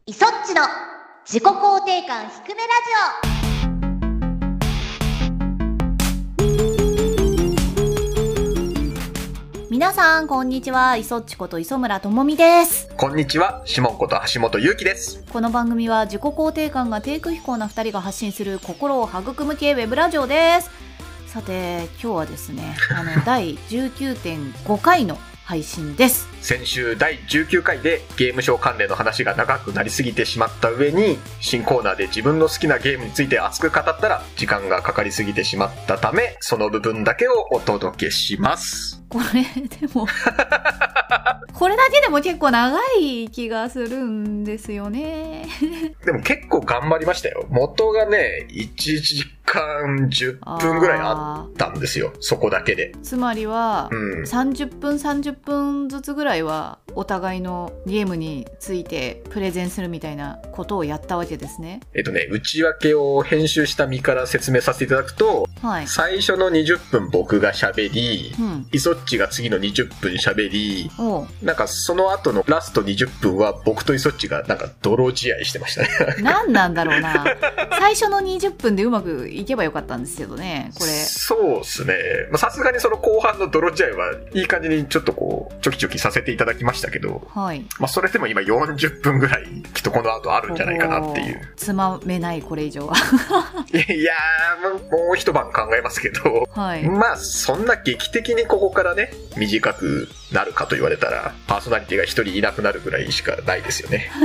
イソッチの自己肯定感低めラジオ。皆さんこんにちは、イソッチこと磯村智美です。 こんにちは、シモンこと橋本ゆうきです。 この番組は自己肯定感が低空飛行な2人が発信する心を育む系ウェブラジオです。さて今日はですね第 19.5 回の配信です。 先週第19回でゲームショー関連の話が長くなりすぎてしまった上に、新コーナーで自分の好きなゲームについて熱く語ったら時間がかかりすぎてしまったため、その部分だけをお届けします。 これでもこれだけでも結構長い気がするんですよね。 でも結構頑張りましたよ。元がね1時間10分ぐらいあったんですよ、そこだけで。 つまりは、30分ずつぐらいはお互いのゲームについてプレゼンするみたいなことをやったわけですね。 内訳を編集した身から説明させていただくと、はい、最初の20分僕が喋り、イソッチが次の20分喋り、なんかその後のラスト20分は僕とイソッチがなんか泥試合してましたね。 何なんだろうな。最初の20分でうまくいけばよかったんですけどね、これ。 そうですね。さすがにその後半の泥試合はいい感じにちょっとこうチョキチョキさせていただきましたけど、はい、それでも今40分ぐらいきっとこの後あるんじゃないかなっていう。 つまめない、これ以上は。 いやもう一晩考えますけど、はい、そんな劇的にここからね短くなるかと言われたら、パーソナリティが一人いなくなるぐらいしかないですよね。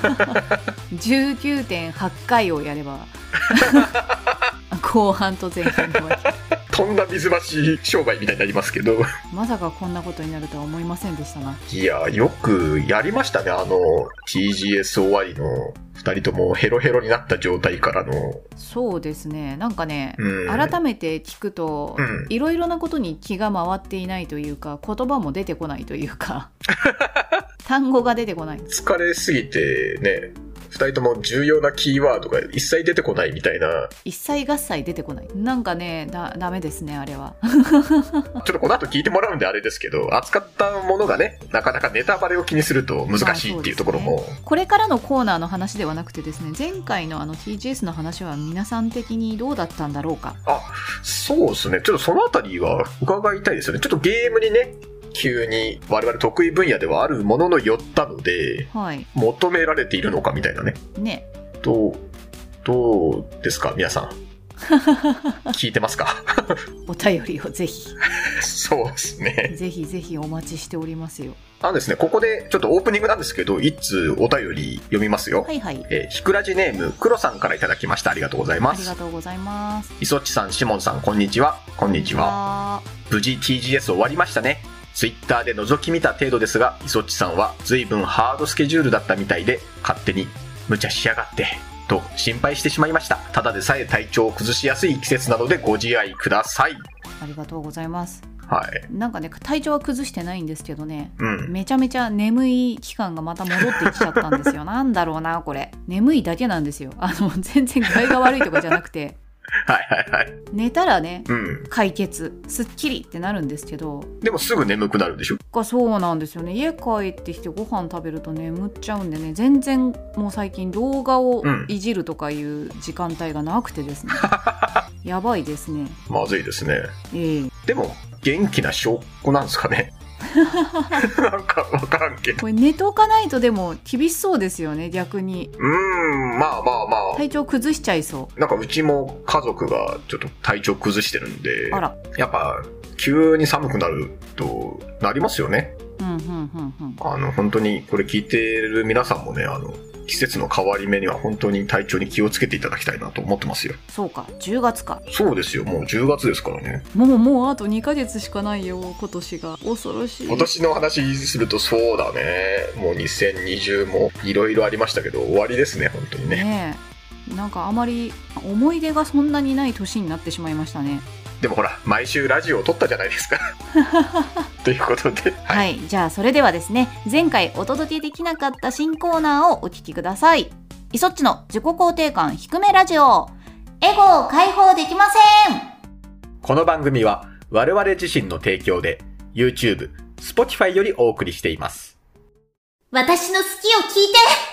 19.8 回をやれば後半と前半のわけ。 とんだ水増し商売みたいになりますけど、 まさかこんなことになるとは思いませんでしたな。 いやよくやりましたね。TGS 終わりの2人ともヘロヘロになった状態からの。そうですね、なんかね、改めて聞くと、いろいろなことに気が回っていないというか、言葉も出てこないというか単語が出てこない。疲れすぎてね、2人とも重要なキーワードが一切出てこないみたいな。 一切合切出てこない。なんかね、ダメですね、あれは。 ちょっとこの後聞いてもらうんであれですけど、扱ったものがね、なかなかネタバレを気にすると難しいっていうところも、 これからのコーナーの話ではなくてですね、前回のTGS の話は皆さん的にどうだったんだろうか。 そうですね、ちょっとそのあたりは伺いたいですよね。ちょっとゲームにね急に我々得意分野ではあるものの寄ったので、はい、求められているのかみたいなね。どうですか皆さん。聞いてますか？ お便りをぜひ。 そうですね。 ぜひぜひお待ちしておりますよ。 ですね、ここでちょっとオープニングなんですけど、一通お便り読みますよ。はいはい。ひくらじネーム黒さんからいただきました。ありがとうございます。 ありがとうございます。 いそっちさん、しもんさん、こんにちは。こんにちは。無事 TGS 終わりましたね。ツイッターで覗き見た程度ですが、いそっちさんは随分ハードスケジュールだったみたいで、勝手に無茶しやがってと心配してしまいました。ただでさえ体調を崩しやすい季節なのでご自愛ください。 ありがとうございます。 はい、 なんかね、体調は崩してないんですけどね、めちゃめちゃ眠い期間がまた戻ってきちゃったんですよ。なんだろうな、これ。眠いだけなんですよ。全然具合が悪いとかじゃなくて。 はいはいはい。 寝たらね、解決、すっきりってなるんですけど、 でもすぐ眠くなるでしょ。 そうなんですよね。家帰ってきてご飯食べると眠っちゃうんでね、全然もう最近動画をいじるとかいう時間帯がなくてですね、やばいですね。 まずいですね。でも元気な証拠なんですかね。なんか分からんけど、 これ寝とかないとでも厳しそうですよね、逆に。 まあ体調崩しちゃいそう。 なんかうちも家族がちょっと体調崩してるんで、やっぱ急に寒くなるとなりますよね。本当にこれ聞いてる皆さんもね、季節の変わり目には本当に体調に気をつけていただきたいなと思ってますよ。 そうか、10月か。 そうですよ、もう10月ですからね。 もうあと2ヶ月しかないよ、今年が。恐ろしい。 今年の話するとそうだね、もう2020もいろいろありましたけど終わりですね、本当にね。 なんかあまり思い出がそんなにない年になってしまいましたね。 でもほら、毎週ラジオを撮ったじゃないですか。ということで、 はい、じゃあそれではですね、前回お届けできなかった新コーナーをお聞きください。いそっちの自己肯定感低めラジオ、エゴを解放できません。 この番組は我々自身の提供で YouTube、Spotify よりお送りしています。 私の好きを聞いて、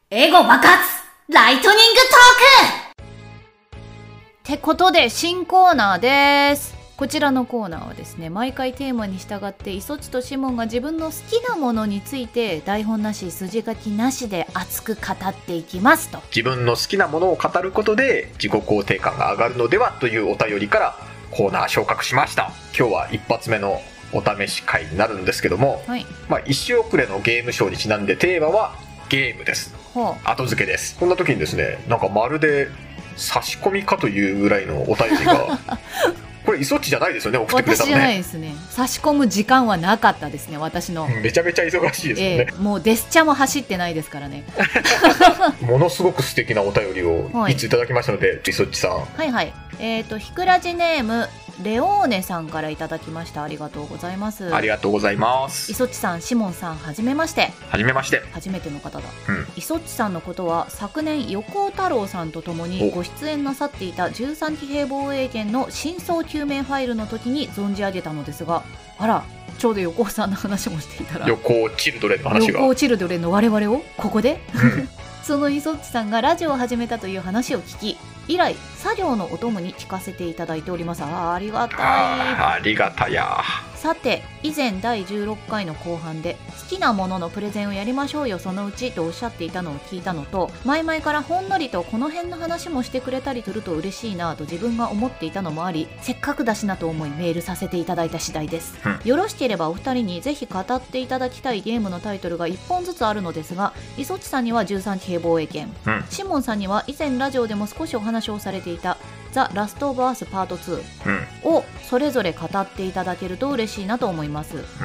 エゴ爆発ライトニングトークってことで新コーナーです。こちらのコーナーはですね、毎回テーマに従ってイソチとシモンが自分の好きなものについて台本なし筋書きなしで熱く語っていきますと。 自分の好きなものを語ることで自己肯定感が上がるのではというお便りからコーナー昇格しました。今日は一発目のお試し会になるんですけども、はい、一周遅れのゲームショーにちなんでテーマはゲームです。後付けです。こんな時にですね、なんかまるで差し込みかというぐらいのお便りがこれイソッチじゃないですよね、送ってくれたのね。 私じゃないですね。差し込む時間はなかったですね、私の。 めちゃめちゃ忙しいですよね。 もうデスチャも走ってないですからねものすごく素敵なお便りをいついただきましたので、イソッチさん。 はいはい。ひくらじネームレオーネさんからいただきました。ありがとうございます。 ありがとうございます。 イソッチさん、シモンさん、はじめまして。 はじめまして。 初めての方だ。イソッチさんのことは昨年横尾太郎さんと共にご出演なさっていた13騎兵防衛圏の真相究明ファイルの時に存じ上げたのですが、あら、ちょうど横尾さんの話もしていたら、 横尾チルドレンの話が、 横尾チルドレンの我々をここで、そのイソッチさんがラジオを始めたという話を聞き、以来作業のお供に聞かせていただいております。ありがたい。 ありがたや。 さて、以前第16回の後半で好きなもののプレゼンをやりましょうよそのうちとおっしゃっていたのを聞いたのと、前々からほんのりとこの辺の話もしてくれたりすると嬉しいなと自分が思っていたのもあり、せっかくだしなと思いメールさせていただいた次第です。よろしければお二人にぜひ語っていただきたいゲームのタイトルが1本ずつあるのですが、イソッチさんには13騎兵防衛圏、シモンさんには以前ラジオでも少しお話をされていたザ・ラスト・オブ・アースパート2をそれぞれ語っていただけると嬉しいなと思います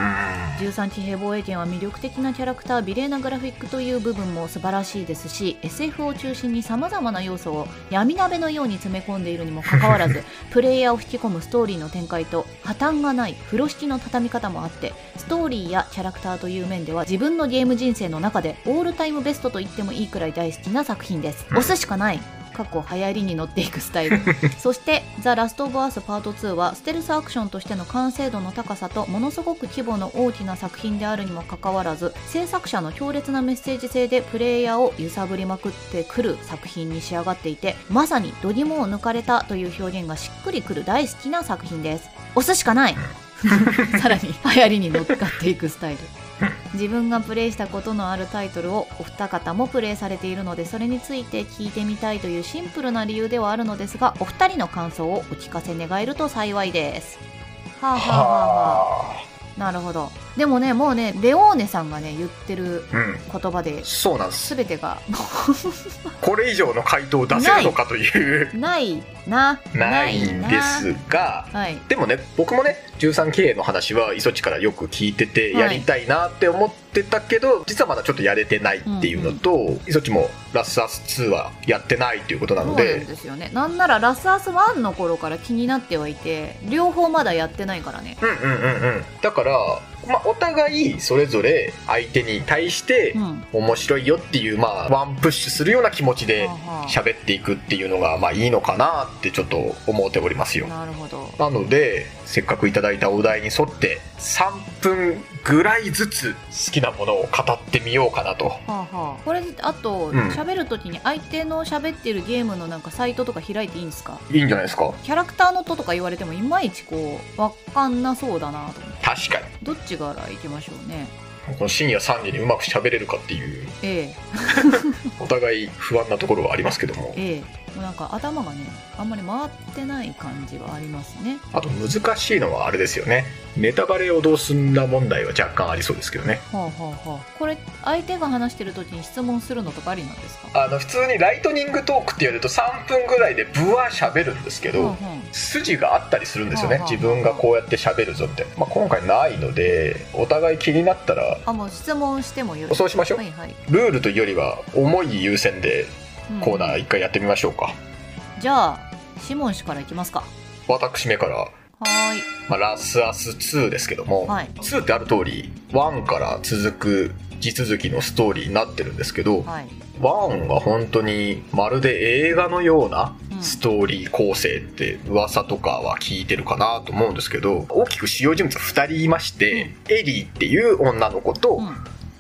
。13騎兵防衛圏は魅力的なキャラクター、美麗なグラフィックという部分も素晴らしいですし、 SF を中心に様々な要素を闇鍋のように詰め込んでいるにもかかわらずプレイヤーを引き込むストーリーの展開と破綻がない風呂敷の畳み方もあって、ストーリーやキャラクターという面では自分のゲーム人生の中でオールタイムベストと言ってもいいくらい大好きな作品です。押すしかない、過去流行りに乗っていくスタイルそしてザ・ラスト・オブ・アースパート2はステルスアクションとしての完成度の高さとものすごく規模の大きな作品であるにもかかわらず、制作者の強烈なメッセージ性でプレイヤーを揺さぶりまくってくる作品に仕上がっていて、まさに度肝を抜かれたという表現がしっくりくる大好きな作品です。押すしかないさらに流行りに乗っかっていくスタイル自分がプレイしたことのあるタイトルをお二方もプレイされているので、それについて聞いてみたいというシンプルな理由ではあるのですが、お二人の感想をお聞かせ願えると幸いです。はあはあはあはあ。なるほど。でもね、もうね、レオーネさんがね言ってる言葉で、 そうなんです。 全てがこれ以上の回答を出せるのかというないんですが、 はい、 でもね、僕もね13騎兵の話はイソッチからよく聞いててやりたいなって思ってたけど、実はまだちょっとやれてないっていうのと、イソッチもラスアス2はやってないっていうことなので、 そうなんですよね。なんならラスアス1の頃から気になってはいて、両方まだやってないからね。 だからお互いそれぞれ相手に対して面白いよっていう、ワンプッシュするような気持ちで喋っていくっていうのがいいのかなってちょっと思っておりますよ。 なるほど。 なのでせっかくいただいたお題に沿って3分ぐらいずつ好きなものを語ってみようかなと。 これあと喋るときに相手の喋ってるゲームのなんかサイトとか開いていいんですか？ いいんじゃないですか。 キャラクターのとか言われてもいまいちこう分かんなそうだなと思って。 確かに。 どっちからいきましょうね。 この深夜3時にうまく喋れるかっていう、お互い不安なところはありますけども、 もうなんか頭がねあんまり回ってない感じはありますね。 あと難しいのはあれですよね、ネタバレをどうすんだ問題は若干ありそうですけどね。 これ相手が話してる時に質問するのとかありなんですか？ 普通にライトニングトークって言われると3分ぐらいでブワー喋るんですけど、筋があったりするんですよね。自分がこうやって喋るぞって、今回ないので、お互い気になったらもう質問してもよろしい？ そうしましょう、ルールというよりは思い優先でコーナー一回やってみましょうか。 じゃあシモン氏からいきますか。 私目から。ラスアス2ですけども、2ってある通り1から続く地続きのストーリーになってるんですけど、1は本当にまるで映画のようなストーリー構成って噂とかは聞いてるかなと思うんですけど、大きく主要人物2人いまして、エリーっていう女の子と、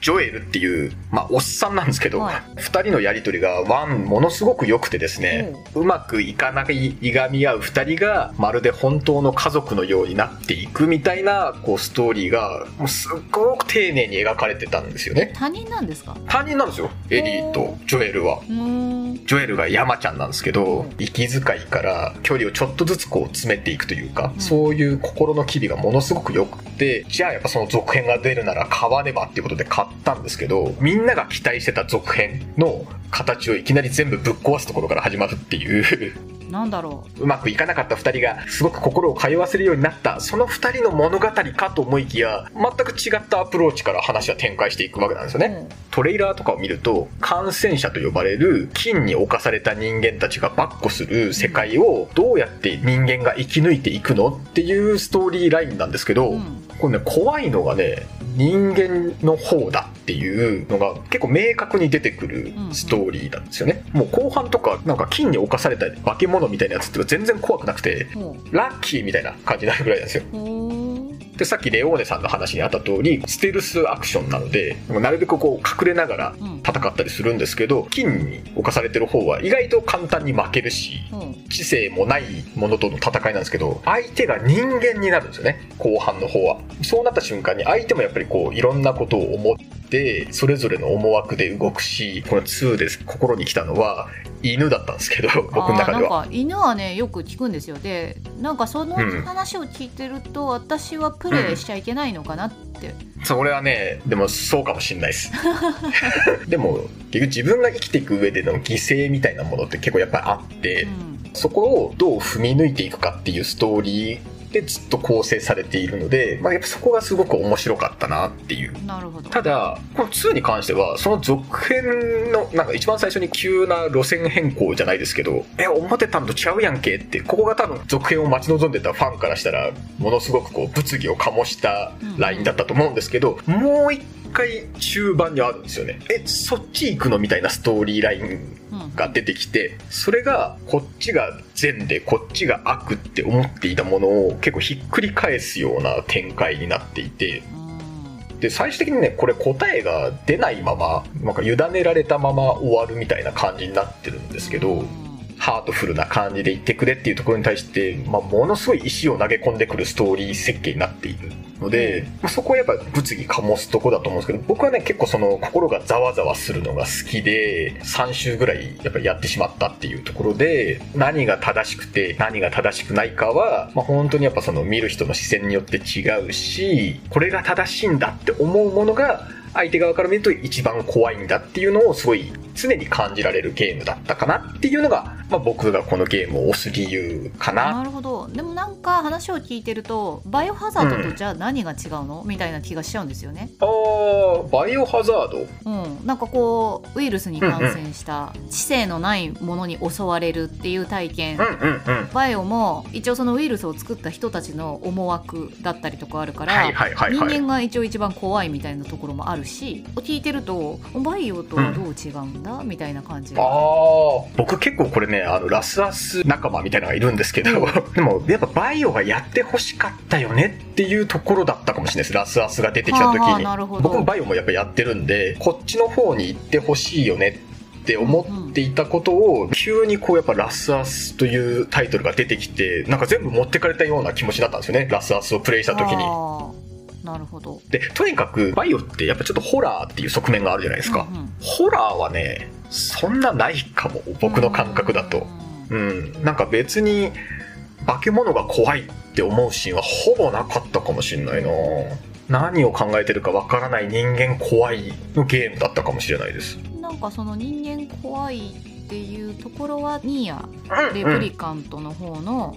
ジョエルっていう、おっさんなんですけど、2人のやりとりがものすごく良くてですね、うまくいかないいがみ合う2人がまるで本当の家族のようになっていくみたいなストーリーがもうすっごく丁寧に描かれてたんですよね。 他人なんですか？ 他人なんですよ、エリーとジョエルは。ジョエルが山ちゃんなんですけど、息遣いから距離をちょっとずつ詰めていくというか、そういう心の機微がものすごく良くて、じゃあやっぱその続編が出るなら買わねばっていうことで買ったんですけど、みんなが期待してた続編の形をいきなり全部ぶっ壊すところから始まるっていうなんだろうまくいかなかった2人がすごく心を通わせるようになったその2人の物語かと思いきや、全く違ったアプローチから話は展開していくわけなんですよね。トレーラーとかを見ると、感染者と呼ばれる菌に侵された人間たちが跋扈する世界をどうやって人間が生き抜いていくのっていうストーリーラインなんですけど、これね、怖いのがね、人間の方だっていうのが結構明確に出てくるストーリーなんですよね。もう後半とかなんか菌に侵された化け物みたいなやつって全然怖くなくて、ラッキーみたいな感じになるぐらいなんですよ。で、さっきレオーネさんの話にあった通り、ステルスアクションなので、なるべく隠れながら戦ったりするんですけど、菌に侵されてる方は意外と簡単に負けるし、知性もないものとの戦いなんですけど、相手が人間になるんですよね、後半の方は。そうなった瞬間に相手もやっぱりいろんなことを思ってそれぞれの思惑で動くし、この2で心に来たのは犬だったんですけど、僕の中ではなんか犬はねよく聞くんですよ。で、なんかその話を聞いてると、私はプレイしちゃいけないのかなって、 それはね、でもそうかもしんないですでも結局自分が生きていく上での犠牲みたいなものって結構やっぱりあって、そこをどう踏み抜いていくかっていうストーリーでずっと構成されているので、やっぱそこがすごく面白かったなっていう。 なるほど。 ただこの2に関してはその続編のなんか一番最初に急な路線変更じゃないですけど、思ってたんとちゃうやんけって、ここが多分続編を待ち望んでたファンからしたらものすごく物議を醸したラインだったと思うんですけど、もう一回中盤にあるんですよね。そっち行くのみたいなストーリーラインが出てきて、それがこっちが善でこっちが悪って思っていたものを結構ひっくり返すような展開になっていて、で最終的にね、これ答えが出ないままなんか委ねられたまま終わるみたいな感じになってるんですけど、ハートフルな感じで言ってくれっていうところに対して、ものすごい石を投げ込んでくるストーリー設計になっているので、そこはやっぱ物議醸すとこだと思うんですけど、僕はね結構その心がざわざわするのが好きで、3週ぐらいやっぱりやってしまったっていうところで、何が正しくて何が正しくないかは、本当にやっぱその見る人の視線によって違うし、これが正しいんだって思うものが相手側から見ると一番怖いんだっていうのをすごい常に感じられるゲームだったかなっていうのが、僕がこのゲームを推す理由かな。 なるほど。でもなんか話を聞いてると、バイオハザードとじゃあ何が違うの、みたいな気がしちゃうんですよね。 バイオハザード、 なんかウイルスに感染した知性のないものに襲われるっていう体験、バイオも一応そのウイルスを作った人たちの思惑だったりとかあるから、人間が一応一番怖いみたいなところもあるし、聞いてるとバイオとはどう違うんだ、みたいな感じ。 僕結構これね、ラスアス仲間みたいなのがいるんですけど、でもやっぱバイオがやってほしかったよねっていうところだったかもしれないです。ラスアスが出てきた時に。僕もバイオもやっぱやってるんで、こっちの方に行ってほしいよねって思っていたことを、急にやっぱラスアスというタイトルが出てきて、なんか全部持ってかれたような気持ちだったんですよね、ラスアスをプレイした時に。 なるほど。 で、とにかくバイオってやっぱちょっとホラーっていう側面があるじゃないですか。ホラーはねそんなないかも、僕の感覚だと。なんか別に化け物が怖いって思うシーンはほぼなかったかもしれないな。何を考えてるかわからない人間怖いのゲームだったかもしれないです。 なんかその人間怖いっていうところはニーヤレプリカントの方の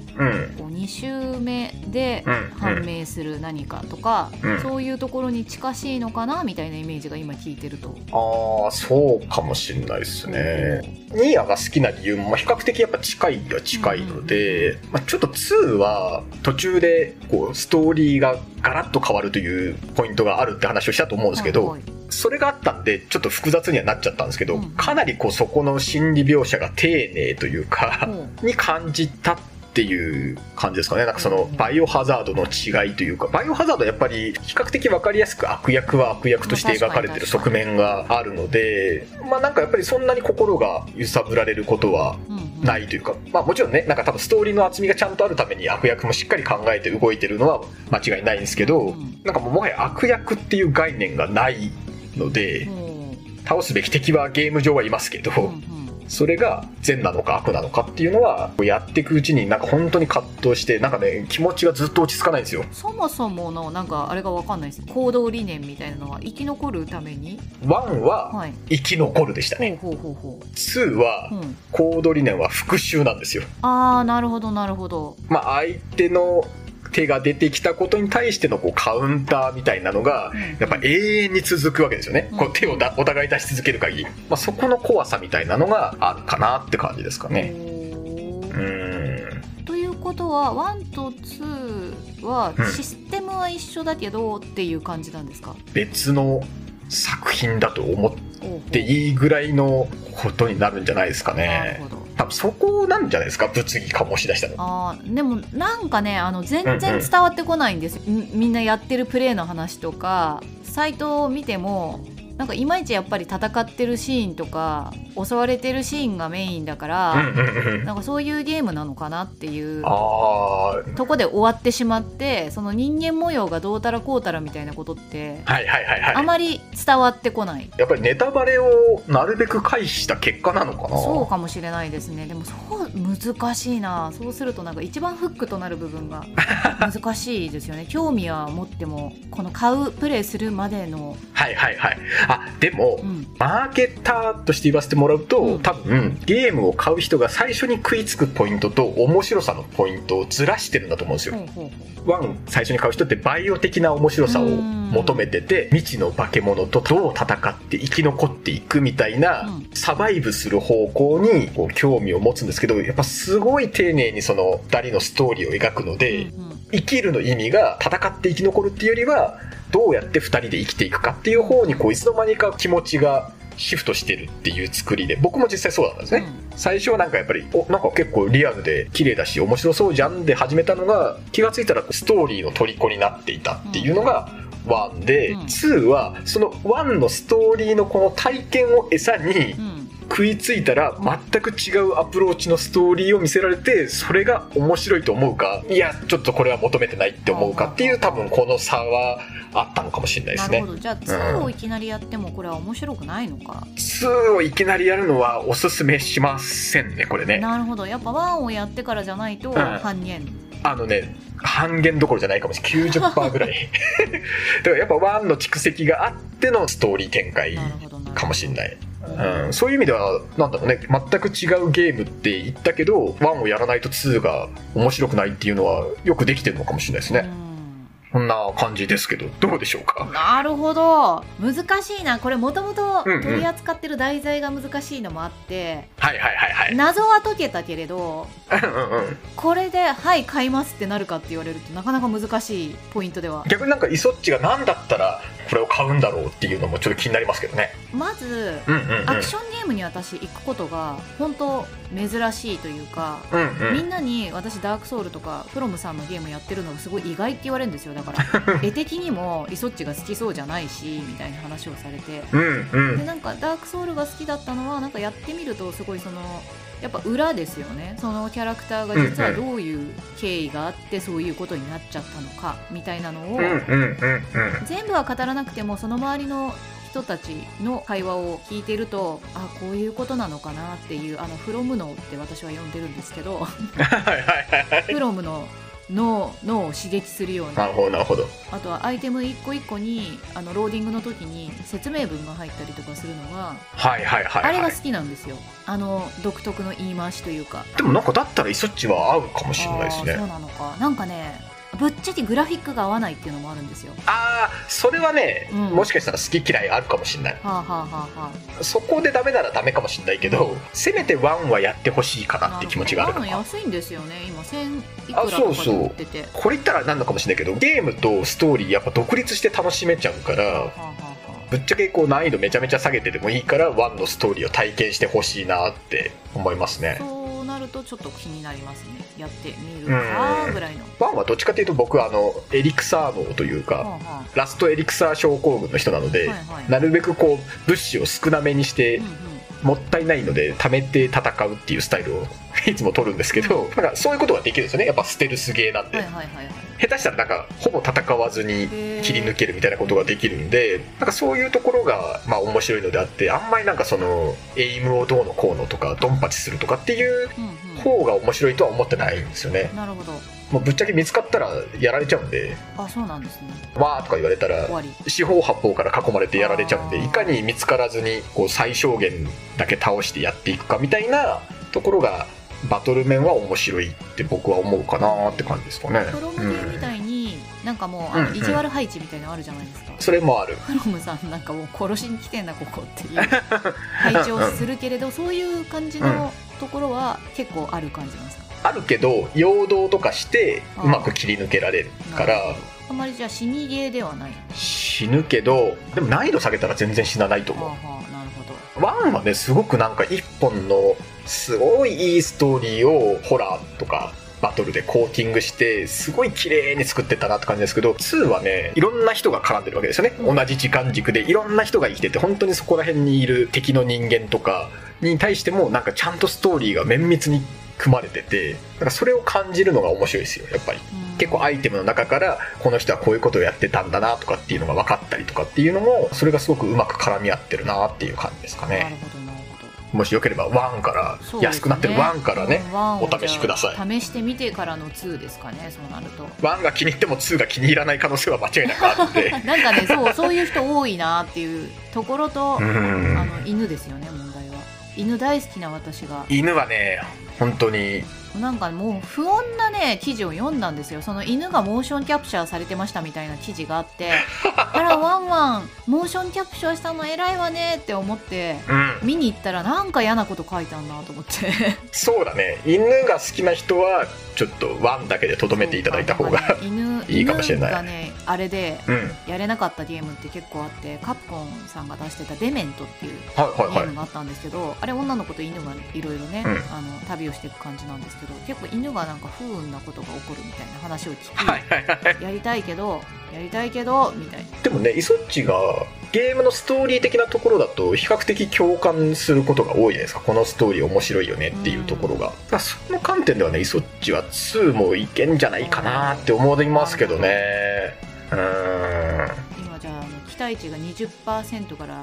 2周目で判明する何かとか、そういうところに近しいのかなみたいなイメージが今聞いてると。 そうかもしれないですね。ニーヤが好きな理由も比較的やっぱ近いので、ちょっと2は途中でストーリーがガラッと変わるというポイントがあるって話をしたと思うんですけど、それがあったんでちょっと複雑にはなっちゃったんですけど、かなりそこの心理描写が丁寧というかに感じたっっていう感じですかね。なんかそのバイオハザードの違いというか、バイオハザードはやっぱり比較的分かりやすく悪役は悪役として描かれてる側面があるので、まあなんかやっぱりそんなに心が揺さぶられることはないというか、まあもちろんね、なんか多分ストーリーの厚みがちゃんとあるために悪役もしっかり考えて動いてるのは間違いないんですけど、なんかもはや悪役っていう概念がないので、倒すべき敵はゲーム上はいますけど、それが善なのか悪なのかっていうのはやっていくうちになんか本当に葛藤して、なんかね気持ちがずっと落ち着かないんですよ。 そもそものなんかあれが分かんないです。行動理念みたいなのは生き残るために、 1は生き残るでしたね、2は行動理念は復讐なんですよ。 ああ、なるほどなるほど。 まあ相手の手が出てきたことに対してのこうカウンターみたいなのがやっぱ永遠に続くわけですよね、こう手をお互い出し続ける限り、まあ、そこの怖さみたいなのがあるかなって感じですかね。 ということは1と2はシステムは一緒だけどっていう感じなんですか？ 別の作品だと思っていいぐらいのことになるんじゃないですかね。なるほど。多分そこなんじゃないですか、物議醸し出したの。 でもなんかね、全然伝わってこないんですよ、みんなやってるプレイの話とかサイトを見ても、なんかいまいちやっぱり戦ってるシーンとか襲われてるシーンがメインだから、なんかそういうゲームなのかなっていうとこで終わってしまって、その人間模様がどうたらこうたらみたいなことってあまり伝わってこない。 やっぱりネタバレをなるべく回避した結果なのかな。 そうかもしれないですね。でもそう難しいな。そうするとなんか一番フックとなる部分が難しいですよね。興味は持ってもこの買うプレイするまでのでも、マーケッターとして言わせてもらうと、多分ゲームを買う人が最初に食いつくポイントと面白さのポイントをずらしてるんだと思うんですよ。1最初に買う人ってバイオ的な面白さを求めてて、未知の化け物とどう戦って生き残っていくみたいな、サバイブする方向にこう興味を持つんですけど、やっぱすごい丁寧にその2人のストーリーを描くので、生きるの意味が戦って生き残るっていうよりはどうやって2人で生きていくかっていう方にこういつの間にか気持ちがシフトしてるっていう作りで、僕も実際そうだったんですね。最初はなんかやっぱりなんか結構リアルで綺麗だし面白そうじゃんで始めたのが、気がついたらストーリーの虜になっていたっていうのが1で、2はその1のストーリーのこの体験を餌に食いついたら全く違うアプローチのストーリーを見せられて、それが面白いと思うか、いやちょっとこれは求めてないって思うかっていう、多分この差はあったのかもしれないですね。 なるほど。じゃあ2をいきなりやってもこれは面白くないのか。 2をいきなりやるのはおすすめしませんね、これね。 なるほど。やっぱ1をやってからじゃないと半減、 半減どころじゃないかもしれない。 90% ぐらいだからやっぱ1の蓄積があってのストーリー展開かもしれない。そういう意味ではなんだろうね、全く違うゲームって言ったけど1をやらないと2が面白くないっていうのはよくできてるのかもしれないですね。こんな感じですけどどうでしょうか。 なるほど。難しいな。これもともと取り扱ってる題材が難しいのもあって、謎は解けたけれどこれではい買いますってなるかって言われるとなかなか難しいポイントでは。 逆になんかイソッチが何だったらこれを買うんだろうっていうのもちょっと気になりますけどね。 まず、アクションゲームに私行くことが本当珍しいというか、みんなに私ダークソウルとかフロムさんのゲームやってるのがすごい意外って言われるんですよ。だから絵的にもイソッチが好きそうじゃないしみたいな話をされて、でなんかダークソウルが好きだったのはなんかやってみるとすごいそのやっぱ裏ですよね。そのキャラクターが実はどういう経緯があってそういうことになっちゃったのかみたいなのを全部は語らなくてもその周りの人たちの会話を聞いてると、あ、こういうことなのかなっていう、フロム脳って私は呼んでるんですけどフロムの脳を刺激するような。 なるほどなるほど。 あとはアイテム一個一個にローディングの時に説明文が入ったりとかするのが、あれが好きなんですよ。独特の言い回しというか。 でもなんかだったらイソッチは合うかもしれないですね。 そうなのか。なんかね、ぶっちゃけグラフィックが合わないっていうのもあるんですよ。 それはね、もしかしたら好き嫌いあるかもしれない。そこでダメならダメかもしれないけど、せめて1はやってほしいかなって気持ちがあるのか。 安いんですよね今、1000いくらとかで売ってて。 これ言ったらなんのかもしれないけど、ゲームとストーリーやっぱ独立して楽しめちゃうから、ぶっちゃけこう難易度めちゃめちゃ下げてでもいいから1のストーリーを体験してほしいなって思いますね。 そうなるるとちょっと気になりますね。やってみるかぐらいの。 1はどっちかというと僕はエリクサー脳というか、ラストエリクサー症候群の人なので、なるべくこう物資を少なめにして、もったいないので貯めて戦うっていうスタイルをいつも取るんですけど、なんかそういうことができるんですよね。やっぱステルスゲーなんで、下手したらなんかほぼ戦わずに切り抜けるみたいなことができるんで、なんかそういうところがまあ面白いのであって、あんまりなんかそのエイムをどうのこうのとかドンパチするとかっていう方が面白いとは思ってないんですよね。 なるほど。 もうぶっちゃけ見つかったらやられちゃうんで、 あ、そうなんですね。 わーとか言われたら四方八方から囲まれてやられちゃうんで、いかに見つからずにこう最小限だけ倒してやっていくかみたいなところがバトル面は面白いって僕は思うかなって感じですかね。 プロムゲーみたいになんかもう意地悪配置みたいなのあるじゃないですか。 それもある。 プロムさんなんかもう殺しに来てんなここっていう配置をするけれど、そういう感じのところは結構ある感じなんですか。 あるけど陽動とかしてうまく切り抜けられるから、 あんまりじゃあ死にゲーではない。 死ぬけどでも難易度下げたら全然死なないと思う。 なるほど。 1はねすごくなんか一本のすごいいいストーリーをホラーとかバトルでコーティングしてすごい綺麗に作ってたなって感じですけど、2はねいろんな人が絡んでるわけですよね。同じ時間軸でいろんな人が生きてて、本当にそこら辺にいる敵の人間とかに対してもなんかちゃんとストーリーが綿密に組まれてて、なんかそれを感じるのが面白いですよやっぱり。結構アイテムの中からこの人はこういうことをやってたんだなとかっていうのが分かったりとかっていうのも、それがすごくうまく絡み合ってるなっていう感じですかね。 なるほどなるほど。 もしよければ1から、安くなってる1からね、お試しください。 試してみてからの2ですかね。そうなると 1が気に入っても2が気に入らない可能性は間違いなくあるんでなんかねそういう人多いなっていうところと犬ですよね。問題は犬大好きな私が。 犬はね本当になんかもう不穏なね記事を読んだんですよ。その犬がモーションキャプチャーされてましたみたいな記事があってあらワンワンモーションキャプチャーしたの偉いわねって思って、見に行ったらなんか嫌なこと書いたんなと思ってそうだね、犬が好きな人はちょっとワンだけでとどめていただいた方がいいかもしれない。 犬がねあれでやれなかったゲームって結構あって、カプコンさんが出してたデメントっていうゲームがあったんですけど、あれ女の子と犬がいろいろね、旅をしていく感じなんですけど、結構犬がなんか不運なことが起こるみたいな話を聞き、やりたいけどみたいな。 でもねイソッチがゲームのストーリー的なところだと比較的共感することが多いじゃないですか。このストーリー面白いよねっていうところが、その観点ではねイソッチは2もいけんじゃないかなって思いますけどね。 今じゃあ期待値が 20% から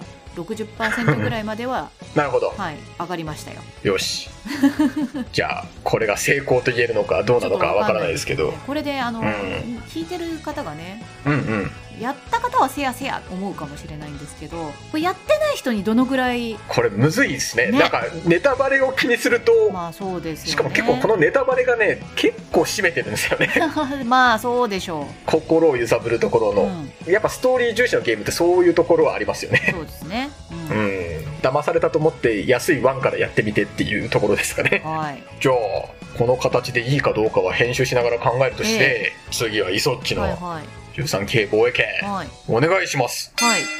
60% ぐらいまではなるほど、 上がりましたよ。 よしじゃあこれが成功と言えるのかどうなのかわからないですけど、 これで聞いてる方がね、やった方はせやせや思うかもしれないんですけど、これやってない人にどのぐらいこれむずいですね。なんかネタバレを気にすると、 まあそうですよね。 しかも結構このネタバレがね結構占めてるんですよねまあそうでしょう。 心を揺さぶるところの、やっぱストーリー重視のゲームってそういうところはありますよね。 そうですね、 騙されたと思って安いワンからやってみてっていうところですかね。じゃあこの形でいいかどうかは編集しながら考えるとして、次はイソッチの13騎兵防衛権、お願いします。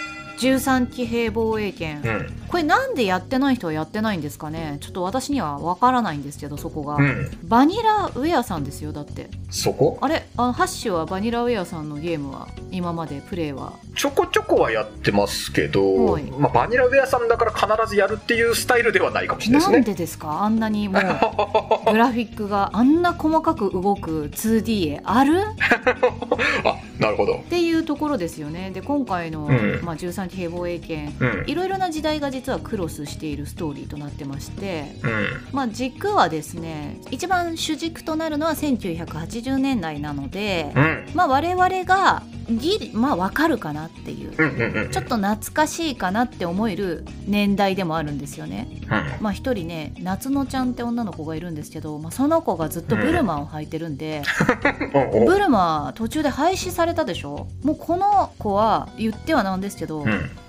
13騎兵防衛権、これなんでやってない人はやってないんですかね。ちょっと私には分からないんですけど、そこが、バニラウェアさんですよ。だってそこあれハッシュはバニラウェアさんのゲームは今までプレイはちょこちょこはやってますけど、バニラウェアさんだから必ずやるっていうスタイルではないかもしれないですね。 なんでですか。あんなにもうグラフィックがあんな細かく動く 2D あるあ、なるほどっていうところですよね。で今回の、13騎兵防衛権、いろいろな時代が実はクロスしているストーリーとなってまして、軸はですね、一番主軸となるのは1980年代なので、我々がギリ分かるかなっていう、ちょっと懐かしいかなって思える年代でもあるんですよね。一人ね、夏野ちゃんって女の子がいるんですけど、その子がずっとブルマを履いてるんで、ブルマ途中で廃止されたでしょ。もうこの子は言ってはなんですけど、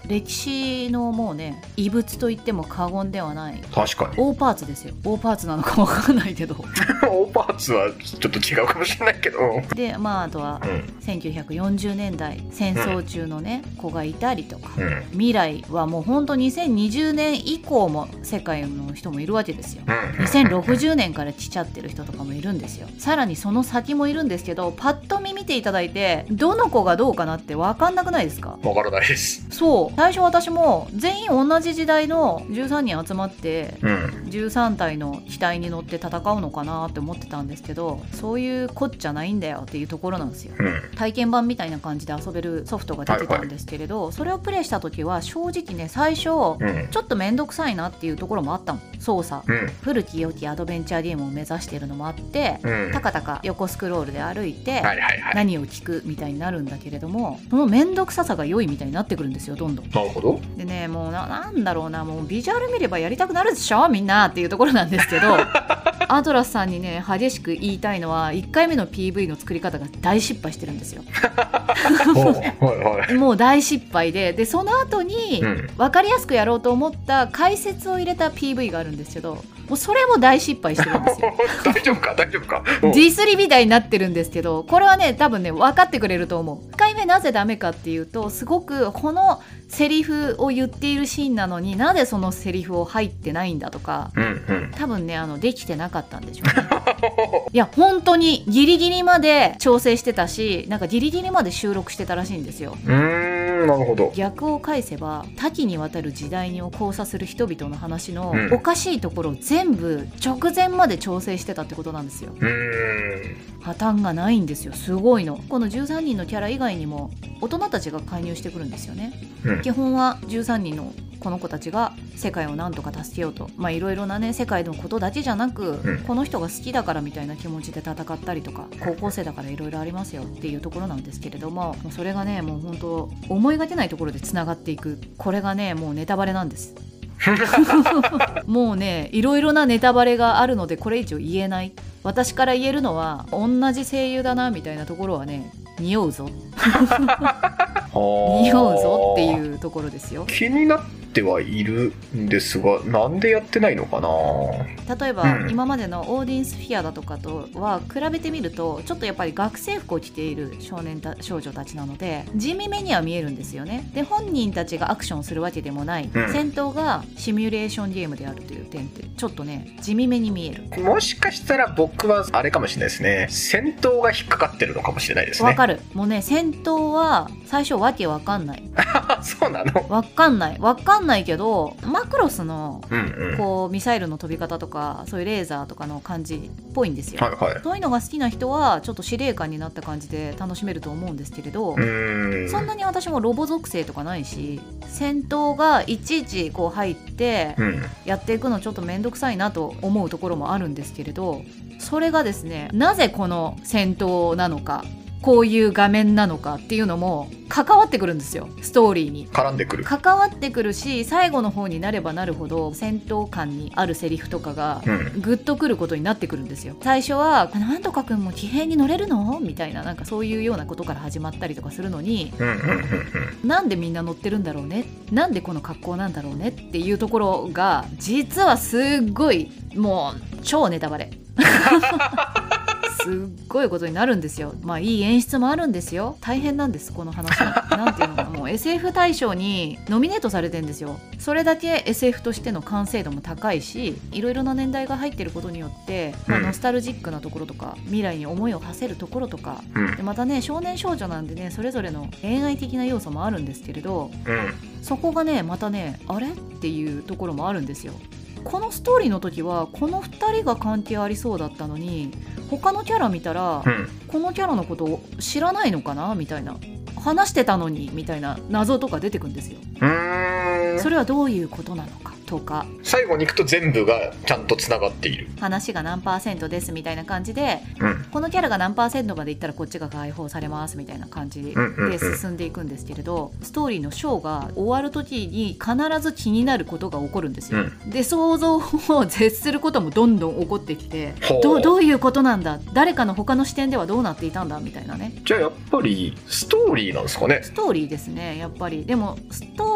歴史のもうね遺物と言っても過言ではない。 確かに大パーツですよ。大パーツなのかわかんないけど大パーツはちょっと違うかもしれないけど。 であとは、1940年代戦争中のね、子がいたりとか、未来はもうほんと2020年以降も世界の人もいるわけですよ。2060年から来ちゃってる人とかもいるんですよ。さらにその先もいるんですけど、パッと見見ていただいてどの子がどうかなって分かんなくないですか？ 分からないです。 そう最初私も全員同じ時代の13人集まって、13体の機体に乗って戦うのかなって思ってたんですけど、そういうこっちゃないんだよっていうところなんですよ。体験版みたいな感じで遊べるソフトが出てたんですけれど、それをプレイした時は正直ね最初、ちょっとめんどくさいなっていうところもあったの。操作、古き良きアドベンチャーゲームを目指しているのもあって、たかたか横スクロールで歩いて、何を聞くみたいになるんだけれども、そのめんどくささが良いみたいになってくるんですよ、どんどん。 なるほど。 でね、もうなんだろうな、もうビジュアル見ればやりたくなるでしょみんなっていうところなんですけどアトラスさんにね激しく言いたいのは、1回目の PV の作り方が大失敗してるんですよもう大失敗でその後に分かりやすくやろうと思った解説を入れた PV があるんですけど、もうそれも大失敗してるんですよ大丈夫か大丈夫か。 ディスりみたいになってるんですけど、これはね多分ね分かってくれると思う。1回目なぜダメかっていうと、すごくこのセリフを言っているシーンなのになぜそのセリフを入ってないんだとか、多分ねできてなかったんでしょうねいや本当にギリギリまで調整してたし、なんかギリギリまで収録してたらしいんですよ。 なるほど。 逆を返せば多岐にわたる時代に交差する人々の話のおかしいところを全部直前まで調整してたってことなんですよ。破綻がないんですよ。すごいの。この13人のキャラ以外にも大人たちが介入してくるんですよね。基本は13人のこの子たちが世界をなんとか助けようと、いろいろなね世界のことだけじゃなく、この人が好きだからみたいな気持ちで戦ったりとか、高校生だからいろいろありますよっていうところなんですけれども、それがねもう本当思いがけないところでつながっていく。これがねもうネタバレなんですもうねいろいろなネタバレがあるのでこれ以上言えない。私から言えるのは同じ声優だなみたいなところはね匂うぞ匂うぞっていうところですよ。 気になってはいるんですが、なんでやってないのかな。 例えば、今までのオーディンスフィアだとかとは比べてみると、ちょっとやっぱり学生服を着ている少女たちなので地味めには見えるんですよね。で本人たちがアクションするわけでもない、戦闘がシミュレーションゲームであるという点ってちょっとね地味めに見える。 もしかしたら僕はあれかもしれないですね、戦闘が引っかかってるのかもしれないですね。 わかる。もうね戦闘は最初わけわかんないそうなの。 わかんないけど、マクロスのこうミサイルの飛び方とかそういうレーザーとかの感じっぽいんですよ。そういうのが好きな人はちょっと司令官になった感じで楽しめると思うんですけれど、そんなに私もロボ属性とかないし、戦闘がいちいちこう入ってやっていくのちょっとめんどくさいなと思うところもあるんですけれど、それがですねなぜこの戦闘なのか、こういう画面なのかっていうのも関わってくるんですよ。ストーリーに絡んでくる、 関わってくるし、最後の方になればなるほど戦闘感にあるセリフとかがグッとくることになってくるんですよ。最初はなんとかくんも騎兵に乗れるのみたいな、なんかそういうようなことから始まったりとかするのに、なんでみんな乗ってるんだろうね、なんでこの格好なんだろうねっていうところが実はすっごいもう超ネタバレすっごいことになるんですよ。いい演出もあるんですよ。大変なんですこの話は。なんていうのか、もう SF 大賞にノミネートされてんですよ。それだけ SF としての完成度も高いし、いろいろな年代が入ってることによって、ノスタルジックなところとか未来に思いを馳せるところとか、でまたね少年少女なんでねそれぞれの恋愛的な要素もあるんですけれど、そこがねまたねあれっていうところもあるんですよ。このストーリーの時はこの2人が関係ありそうだったのに、他のキャラ見たら、このキャラのことを知らないのかなみたいな、話してたのにみたいな謎とか出てくるんですよ。それはどういうことなのかとか、 最後に行くと全部がちゃんとつながっている。 話が何%ですみたいな感じで、このキャラが何%までいったらこっちが解放されますみたいな感じで進んでいくんですけれど、ストーリーのショーが終わる時に必ず気になることが起こるんですよ。で想像を絶することもどんどん起こってきて、どういうことなんだ、誰かの他の視点ではどうなっていたんだみたいなね。 じゃあやっぱりストーリーなんですかね。 ストーリーですねやっぱり。でもストー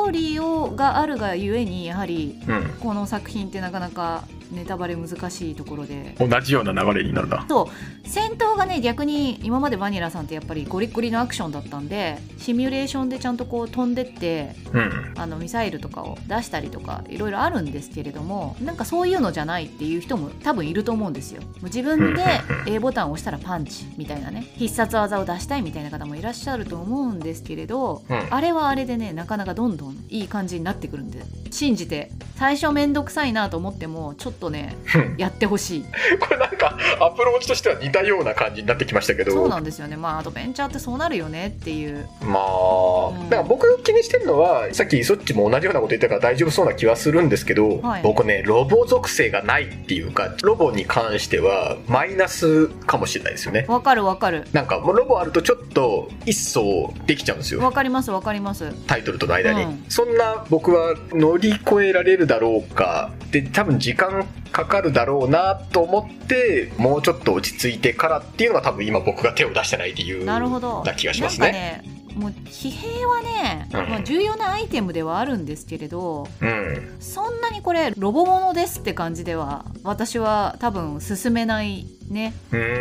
ーリーがあるがゆえにやはりこの作品ってなかなかネタバレ難しいところで、 同じような流れになるんだ。 そう戦闘がね逆に今までバニラさんってやっぱりゴリッゴリのアクションだったんで、シミュレーションでちゃんとこう飛んでって、ミサイルとかを出したりとかいろいろあるんですけれども、なんかそういうのじゃないっていう人も多分いると思うんですよ。自分で A ボタンを押したらパンチみたいなね、必殺技を出したいみたいな方もいらっしゃると思うんですけれど、あれはあれでねなかなかどんどんいい感じになってくるんで、信じて、最初めんどくさいなと思ってもちょっとねやってほしい。 これなんかアプローチとしては似たような感じになってきましたけど。 そうなんですよね。アドベンチャーってそうなるよねっていう。 だから僕気にしてるのは、さっきイソッチも同じようなこと言ったから大丈夫そうな気はするんですけど、僕ねロボ属性がないっていうか、ロボに関してはマイナスかもしれないですよね。 わかるわかる。 なんかもうロボあるとちょっと一層できちゃうんですよ。 わかりますわかります。 タイトルとの間に、そんな僕は乗り越えられるだろうかで、多分時間かかるだろうなと思って、もうちょっと落ち着いてからっていうのが多分今僕が手を出してない理由な気がしますね。もう騎兵はね、重要なアイテムではあるんですけれど、そんなにこれロボものですって感じでは私は多分進めないね。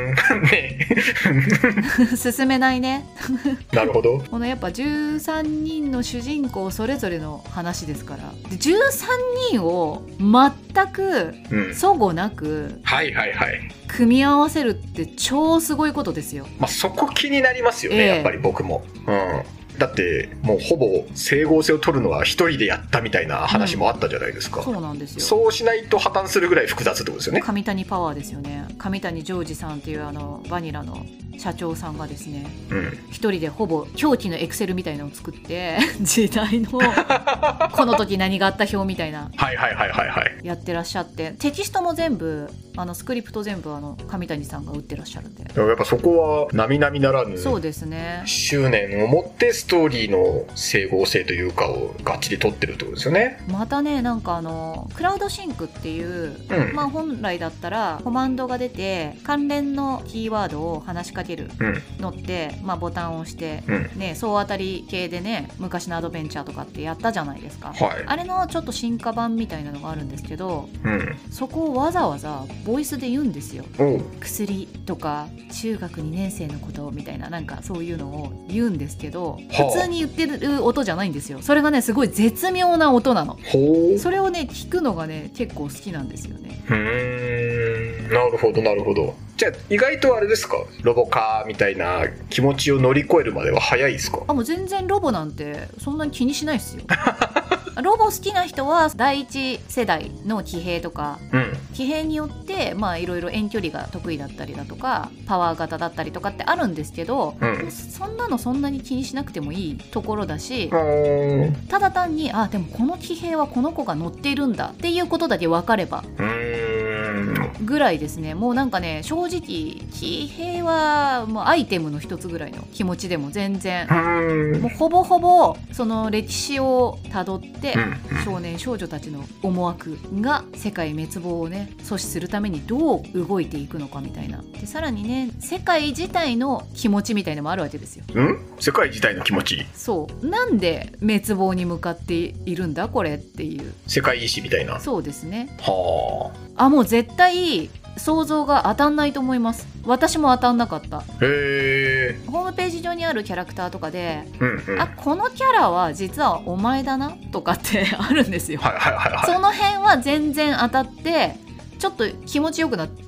進めないね。 なるほど。 このやっぱ13人の主人公それぞれの話ですから、で13人を全く齟齬なく組み合わせるって超すごいことですよ。 そこ気になりますよね、やっぱり僕も。だってもうほぼ整合性を取るのは一人でやったみたいな話もあったじゃないですか。 そうなんですよ。 そうしないと破綻するぐらい複雑ってことですよね。 上谷パワーですよね。上谷ジョージさんっていうバニラの社長さんがですね、一人でほぼ狂気のエクセルみたいなのを作って時代のこの時何があった表みたいなやってらっしゃって、テキストも全部スクリプト全部上谷さんが打ってらっしゃるんで、 やっぱそこは並々ならぬ、 そうですね、 執念を持ってストーリーの整合性というかをがっちり取ってるってことですよね。 またね、なんかクラウドシンクっていう、本来だったらコマンドが出て関連のキーワードを話しかけるのって、ボタンを押して、総当たり系でね、昔のアドベンチャーとかってやったじゃないですか、あれのちょっと進化版みたいなのがあるんですけど、そこをわざわざボイスで言うんですよ。薬とか中学2年生のことみたいな、なんかそういうのを言うんですけど、普通に言ってる音じゃないんですよ。それがねすごい絶妙な音なの。それをね聞くのがね結構好きなんですよね。 なるほどなるほど。じゃあ意外とあれですか、ロボかみたいな気持ちを乗り越えるまでは早いですか？ もう全然ロボなんてそんなに気にしないですよ。ロボ好きな人は第一世代の騎兵とか、騎兵によっていろいろ遠距離が得意だったりだとかパワー型だったりとかってあるんですけど、そんなのそんなに気にしなくてもいいところだし、ただ単にでもこの騎兵はこの子が乗っているんだっていうことだけ分かればぐらいですね。もうなんかね、正直騎兵はもうアイテムの一つぐらいの気持ちでも全然、もうほぼほぼその歴史をたどって、少年少女たちの思惑が世界滅亡をね阻止するためにどう動いていくのかみたいな。でさらにね、世界自体の気持ちみたいのもあるわけですよ。 世界自体の気持ち。 そう、なんで滅亡に向かっているんだこれっていう世界意志みたいな。 そうですね。もう絶対想像が当たんないと思います。私も当たんなかった。ホームページ上にあるキャラクターとかで、このキャラは実はお前だなとかってあるんですよ。その辺は全然当たってちょっと気持ちよくなって、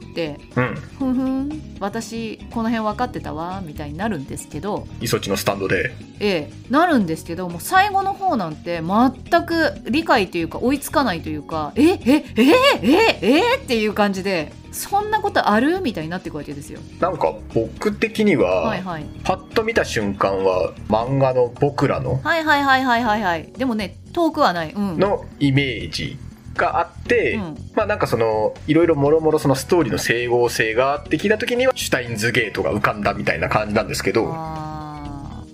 ふんふん私この辺分かってたわみたいになるんですけど、 イソチのスタンドでなるんですけど、もう最後の方なんて全く理解というか追いつかないというか、っていう感じで、そんなことあるみたいになっていくわけですよ。 なんか僕的には、パッと見た瞬間は漫画の僕らのでもね遠くはない、 のイメージがあって、なんかそのいろいろもろもろそのストーリーの整合性があってきた時にはシュタインズゲートが浮かんだみたいな感じなんですけど、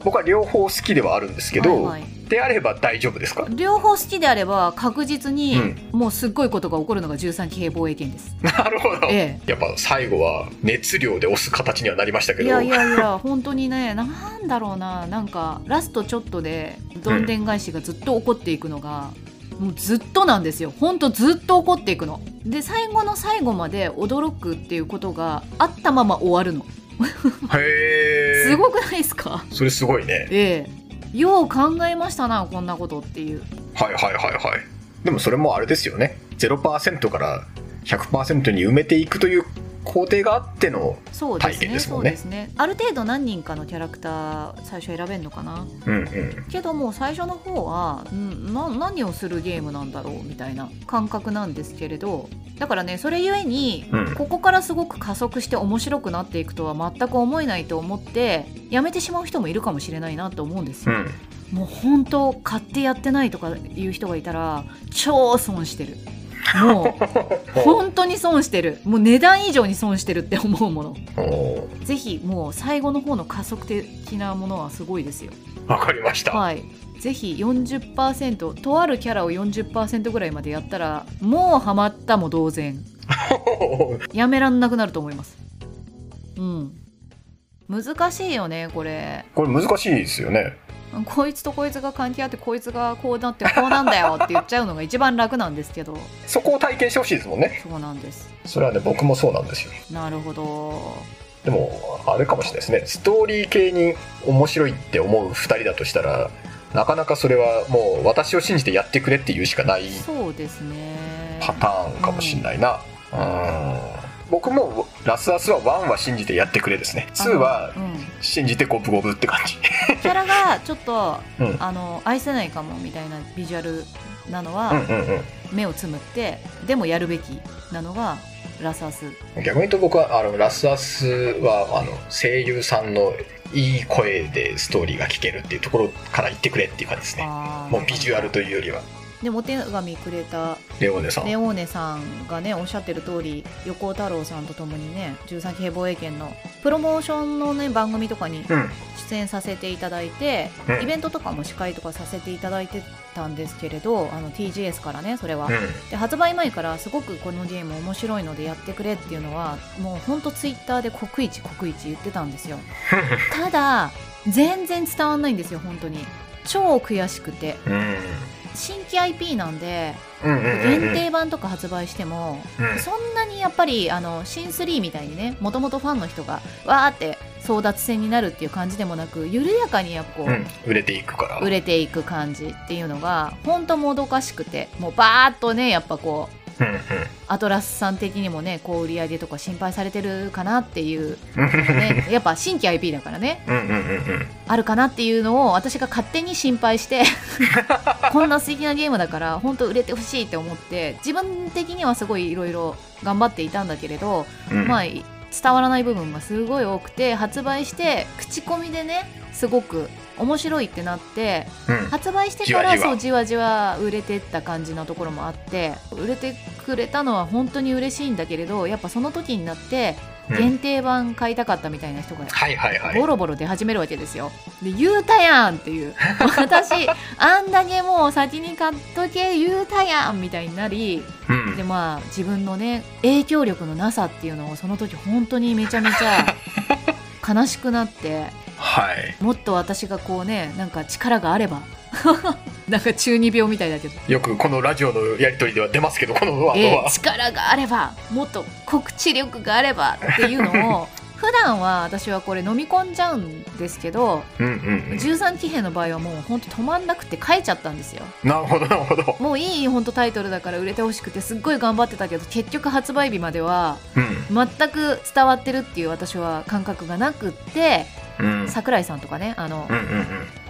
僕は両方好きではあるんですけど、はいはい、であれば大丈夫ですか？ 両方好きであれば確実に、もうすっごいことが起こるのが13騎兵防衛圏です。 なるほど、やっぱ最後は熱量で押す形にはなりましたけど、 いや本当にね、なんだろうな、なんかラストちょっとでどんでん返しがずっと起こっていくのが、もうずっとなんですよ。本当ずっと起こっていくので、最後の最後まで驚くっていうことがあったまま終わるのへー、 すごくないですか？ それすごいね。 よう考えましたな、こんなことっていう。 はいはいはいはい。でもそれもあれですよね、 0% から 100% に埋めていくという工程があっての体験ですもんね。 そうですね。ある程度何人かのキャラクター最初選べるのかな、けども最初の方は、何をするゲームなんだろうみたいな感覚なんですけれど、だからね、それゆえに、ここからすごく加速して面白くなっていくとは全く思えないと思ってやめてしまう人もいるかもしれないなと思うんですよ、もう本当買ってやってないとかいう人がいたら超損してる。もう本当に損してる。もう値段以上に損してるって思うもの。ぜひもう最後の方の加速的なものはすごいですよ。 わかりました。 はい。ぜひ 40% とあるキャラを 40% ぐらいまでやったらもうハマったも同然やめらんなくなると思います。難しいよねこれ難しいですよね。 こいつとこいつが関係あってこいつがこうなってこうなんだよって言っちゃうのが一番楽なんですけどそこを体験してほしいですもんね。 そうなんです。 それはね、僕もそうなんですよ。 なるほど。 でもあれかもしれないですね、ストーリー系に面白いって思う2人だとしたら、なかなかそれはもう私を信じてやってくれっていうしかないそうですねパターンかもしれないな。僕もラスアスは1は信じてやってくれですね。2は信じてゴブゴブって感じ。 キャラがちょっと、愛せないかもみたいなビジュアルなのは、目をつむってでもやるべきなのがラスアス。 逆に言うと僕はラスアスは声優さんのいい声でストーリーが聞けるっていうところから言ってくれっていう感じですね。もうビジュアルというよりは。でお手紙くれたレオーネさんがねおっしゃってる通り、横尾太郎さんとともにね13騎兵防衛圏のプロモーションのね番組とかに出演させていただいて、イベントとかも司会とかさせていただいてたんですけれど、TGS からねそれは、で発売前からすごくこのゲーム面白いのでやってくれっていうのはもうほんとツイッターで刻一言ってたんですよ。ただ全然伝わんないんですよ本当に。超悔しくて、新規 IP なんで、限定版とか発売しても、そんなにやっぱり新3みたいにねもともとファンの人がわーって争奪戦になるっていう感じでもなく、緩やかにやっぱこう、 売れていく感じっていうのが本当もどかしくて、もうバーっとねやっぱこうアトラスさん的にもねこう売り上げとか心配されてるかなっていうね、やっぱ新規 IP だからね、あるかなっていうのを私が勝手に心配してこんな素敵なゲームだから本当売れてほしいって思って自分的にはすごいいろいろ頑張っていたんだけれど、まあ伝わらない部分がすごい多くて、発売して口コミでねすごく面白いってなって、発売してからそうじわじわ売れてった感じのところもあって、売れてくれたのは本当に嬉しいんだけれど、やっぱその時になって限定版買いたかったみたいな人がボロボロ出始めるわけですよ。で言うたやんっていう私あんだけもう先に買っとけ言うたやんみたいになり、でまあ自分のね影響力のなさっていうのをその時本当にめちゃめちゃ悲しくなってもっと私がこうねなんか力があればなんか中二病みたいだけどよくこのラジオのやり取りでは出ますけど、このワードは、 力があればもっと告知力があればっていうのを普段は私はこれ飲み込んじゃうんですけど、13騎兵の場合はもう本当止まんなくて書いちゃったんですよ。 なるほどなるほど。 もういい本当タイトルだから売れてほしくてすっごい頑張ってたけど、結局発売日までは全く伝わってるっていう私は感覚がなくって、桜井さんとかね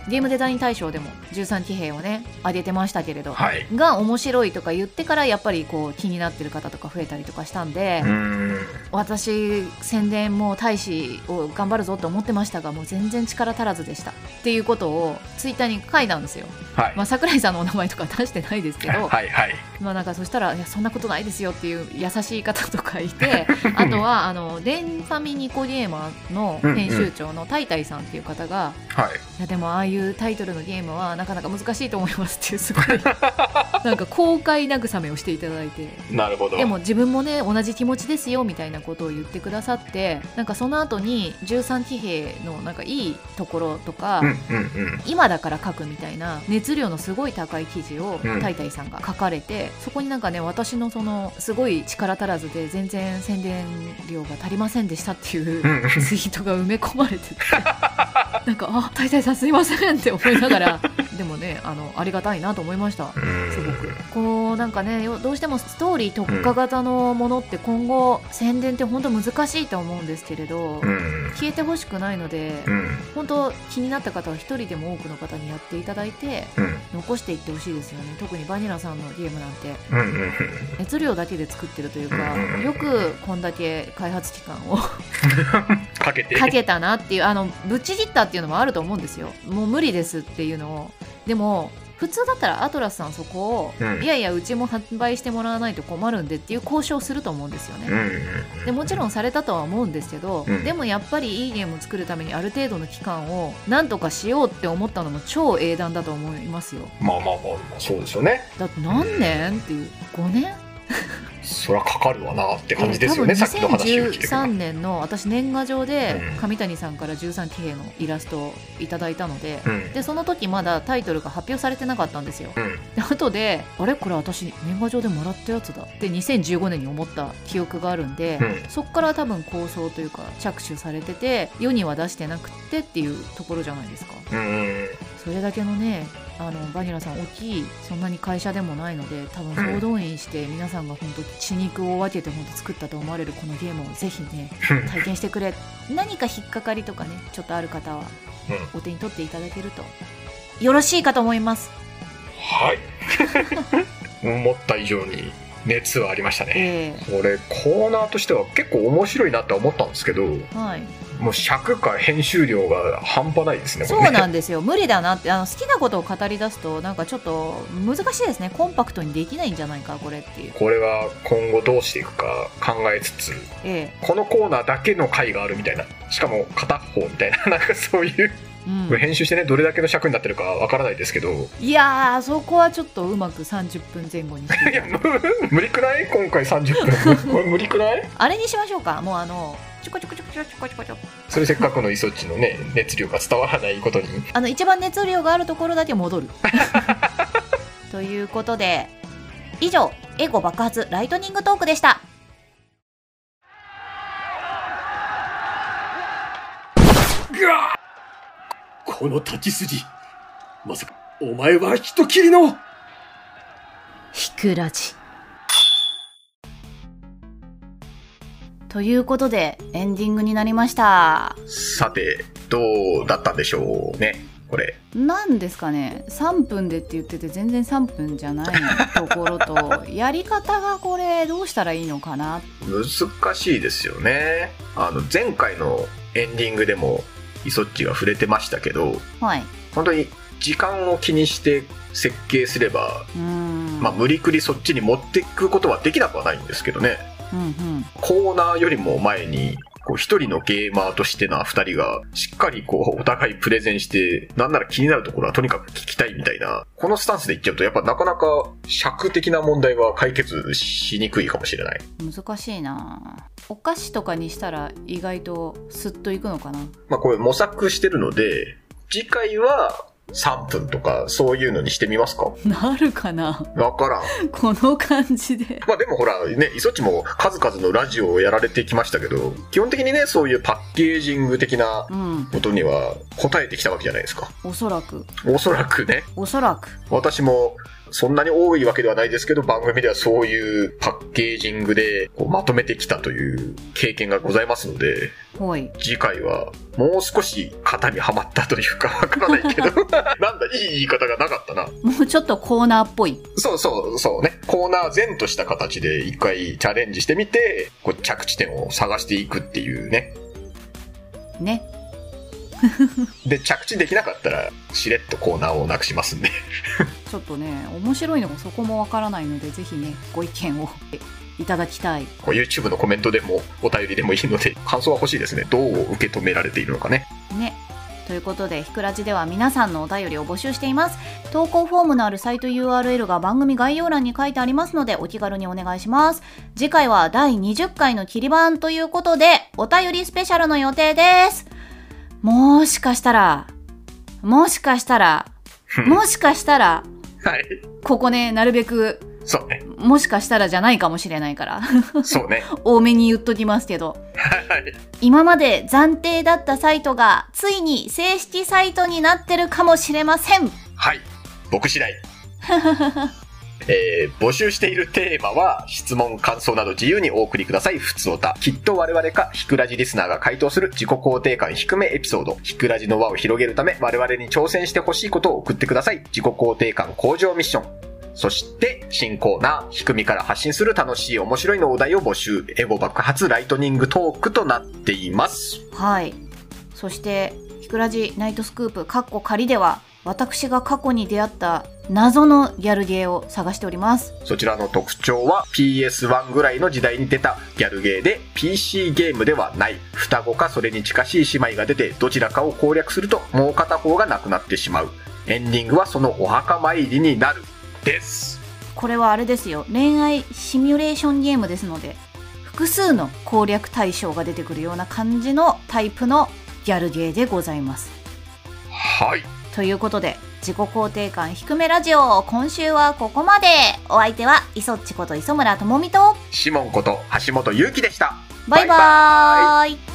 ゲームデザイン大賞でも13騎兵をね上げてましたけれど、 はい、 が面白いとか言ってからやっぱりこう気になってる方とか増えたりとかしたんで、私宣伝も大使を頑張るぞと思ってましたが、もう全然力足らずでしたっていうことをツイッターに書いたんですよ。 はい、 まあ、桜井さんのお名前とか出してないですけどはい、はい、 まあ、なんかそしたらいやそんなことないですよっていう優しい方とかいてあとはデンファミニコゲーマーの編集長のタイタイさんっていう方が、いやでもああいうタイトルのゲームはなかなか難しいと思いますっていうすごいなんか公開慰めをしていただいて、 なるほど、 でも自分もね同じ気持ちですよみたいなことを言ってくださって、なんかその後に13騎兵のなんかいいところとか、今だから書くみたいな熱量のすごい高い記事をタイタイさんが書かれて、そこになんかね私のそのすごい力足らずで全然宣伝量が足りませんでしたっていうツイートが埋め込まれててなんかあタイタイさんすいませんって思いながらでもねありがたいなと思いました。すごくこうなんかねどうしてもストーリー特化型のものって今後宣伝って本当難しいと思うんですけれど、消えてほしくないので、本当気になった方は一人でも多くの方にやっていただいて、残していってほしいですよね。特にバニラさんのゲームなんて、熱量だけで作ってるというか、よくこんだけ開発期間をかけたなっていうぶっちぎったっていうのもあると思うんですよ。もう無理ですっていうのを。でも普通だったらアトラスさんそこを、いやいやうちも販売してもらわないと困るんでっていう交渉をすると思うんですよね。でもちろんされたとは思うんですけど、でもやっぱりいいゲームを作るためにある程度の期間をなんとかしようって思ったのも超英断だと思いますよ。 まあそうですよね。 だって何年っていう5年そりゃかかるわなって感じですよね。さっきの話を聞いて 2013年の私年賀状で上谷さんから13騎兵のイラストをいただいたので、でその時まだタイトルが発表されてなかったんですよ。で後であれこれ私年賀状でもらったやつだって2015年に思った記憶があるんで、そっから多分構想というか着手されてて世には出してなくてっていうところじゃないですか。それだけのねバニラさん大きいそんなに会社でもないので、多分総動員して皆さんが本当血肉を分けて本当作ったと思われるこのゲームをぜひね体験してくれ何か引っかかりとかねちょっとある方はお手に取っていただけるとよろしいかと思います。 はい思った以上に熱はありましたね。これコーナーとしては結構面白いなって思ったんですけど、もう尺か編集量が半端ないですね。 そうなんですよ。無理だなって好きなことを語り出すとなんかちょっと難しいですね。コンパクトにできないんじゃないかこれっていう。 これは今後どうしていくか考えつつ、このコーナーだけの回があるみたいな、しかも片方みたいななんかそういう編集してねどれだけの尺になってるかわからないですけど、 いやーそこはちょっとうまく30分前後にしていや無理くない？今回30分これ無理くない？ あれにしましょうか。もうちょこちょこちょこちょこちょこちょこそれせっかくのイソッチのね熱量が伝わらないことに一番熱量があるところだけ戻るということで以上エゴ爆発ライトニングトークでした。 この立ち筋まさかお前は人斬りのひくらじということでエンディングになりました。 さてどうだったんでしょうね。これなんですかね、3分でって言ってて全然3分じゃないところとやり方がこれどうしたらいいのかな、 難しいですよね。前回のエンディングでもイソッチが触れてましたけど、本当に時間を気にして設計すれば無理くりそっちに持っていくことはできなくはないんですけどね。コーナーよりも前に一人のゲーマーとしての2人がしっかりお互いプレゼンして、なんなら気になるところはとにかく聞きたいみたいな、このスタンスでいっちゃうとやっぱなかなか尺的な問題は解決しにくいかもしれない。 難しいな。お菓子とかにしたら意外とスッといくのかな。 これ模索してるので次回は3分とかそういうのにしてみますか。 なるかな、 わからんこの感じで。 でもほらね、イソッチも数々のラジオをやられてきましたけど、基本的にねそういうパッケージング的なことには応えてきたわけじゃないですか。 おそらくね。 おそらく私もそんなに多いわけではないですけど、番組ではそういうパッケージングでまとめてきたという経験がございますので、 はい。 次回はもう少し型にはまったというかわからないけどなんだ、いい言い方がなかったな。 もうちょっとコーナーっぽい。 そうね。コーナー前とした形で一回チャレンジしてみて、こう着地点を探していくっていうね。 ね。 で、着地できなかったらしれっとコーナーをなくしますんでちょっとね、面白いのもそこもわからないので、ぜひね、ご意見をいただきたい。 YouTube のコメントでもお便りでもいいので、感想は欲しいですね。どう受け止められているのかね。 ね。ということで、ひくらじでは皆さんのお便りを募集しています。投稿フォームのあるサイト URL が番組概要欄に書いてありますので、お気軽にお願いします。次回は第20回の切り番ということで、お便りスペシャルの予定です。もしかしたら、 はい。 ここね、なるべく、 そうね。 もしかしたらじゃないかもしれないから。 そうね。 多めに言っときますけど。 はい。 今まで暫定だったサイトが、ついに正式サイトになってるかもしれません。 はい。僕次第。募集しているテーマは質問感想など自由にお送りください。ふつおた。きっと我々かひくらじリスナーが回答する自己肯定感低めエピソード。ひくらじの輪を広げるため我々に挑戦してほしいことを送ってください。自己肯定感向上ミッション。そして新コーナー、ひくみから発信する楽しい面白いのお題を募集。エゴ爆発ライトニングトークとなっています。 はい。そしてひくらじナイトスクープ仮では、私が過去に出会った謎のギャルゲーを探しております。 そちらの特徴は PS1 ぐらいの時代に出たギャルゲーで PC ゲームではない。双子かそれに近しい姉妹が出てどちらかを攻略するともう片方がなくなってしまう。エンディングはそのお墓参りになる。です。 これはあれですよ。恋愛シミュレーションゲームですので、複数の攻略対象が出てくるような感じのタイプのギャルゲーでございます。 はい。 ということで、自己肯定感低めラジオ、今週はここまで。お相手は磯っちこと磯村智美とシモンこと橋本ゆうきでした。 バイバーイ。